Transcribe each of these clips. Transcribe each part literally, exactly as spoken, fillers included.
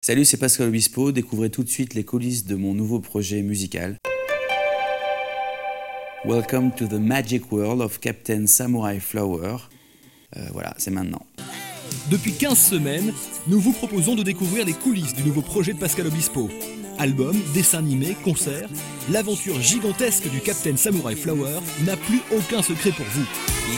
Salut, c'est Pascal Obispo, découvrez tout de suite les coulisses de mon nouveau projet musical. Welcome to the magic world of Captain Samurai Flower. Euh, voilà, c'est maintenant. Depuis quinze semaines, nous vous proposons de découvrir les coulisses du nouveau projet de Pascal Obispo. Album, dessin animé, concert, l'aventure gigantesque du Captain Samurai Flower n'a plus aucun secret pour vous.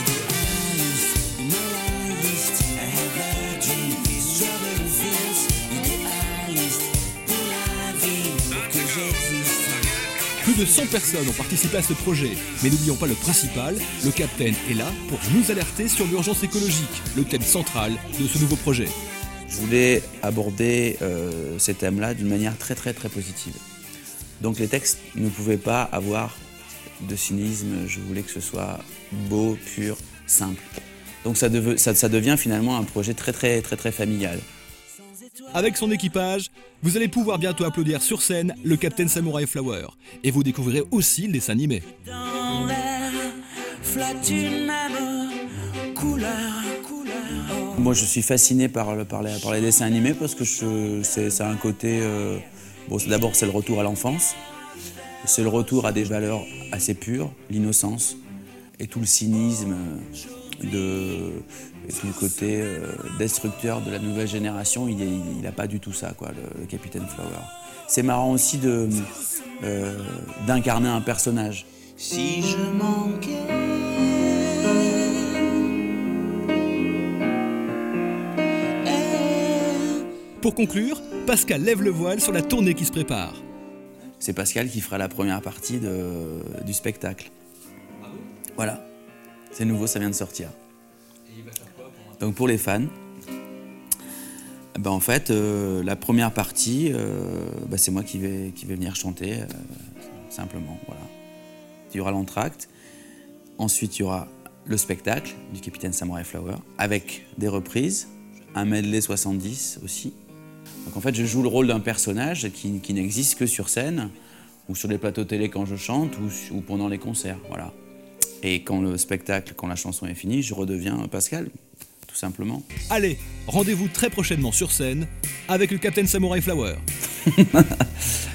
Plus de cent personnes ont participé à ce projet, mais n'oublions pas le principal, le Captain est là pour nous alerter sur l'urgence écologique, le thème central de ce nouveau projet. Je voulais aborder euh, ces thèmes-là d'une manière très très très positive. Donc les textes ne pouvaient pas avoir de cynisme, je voulais que ce soit beau, pur, simple. Donc ça, deve, ça, ça devient finalement un projet très très très très familial. Avec son équipage, vous allez pouvoir bientôt applaudir sur scène le Captain Samurai Flower. Et vous découvrirez aussi le dessin animé. Dans l'air flotte une même couleur, couleur. Moi je suis fasciné par, le, par, les, par les dessins animés parce que c'est un côté... Euh, bon, d'abord c'est le retour à l'enfance, c'est le retour à des valeurs assez pures, l'innocence et tout le cynisme de... Et tout le côté euh, destructeur de la nouvelle génération, il n'a pas du tout ça, quoi, le, le Captain Flower. C'est marrant aussi de, euh, d'incarner un personnage. Si je manquais Pour conclure, Pascal lève le voile sur la tournée qui se prépare. C'est Pascal qui fera la première partie de, du spectacle. Voilà, c'est nouveau, ça vient de sortir. Donc pour les fans, ben en fait, euh, la première partie, euh, ben c'est moi qui vais, qui vais venir chanter, euh, simplement, voilà. Il y aura l'entracte, ensuite il y aura le spectacle du Capitaine Samurai Flower, avec des reprises, un medley soixante-dix aussi. Donc en fait, je joue le rôle d'un personnage qui, qui n'existe que sur scène, ou sur les plateaux télé quand je chante, ou, ou pendant les concerts, voilà. Et quand le spectacle, quand la chanson est finie, je redeviens Pascal. Tout simplement. Allez, rendez-vous très prochainement sur scène avec le Captain Samurai Flower.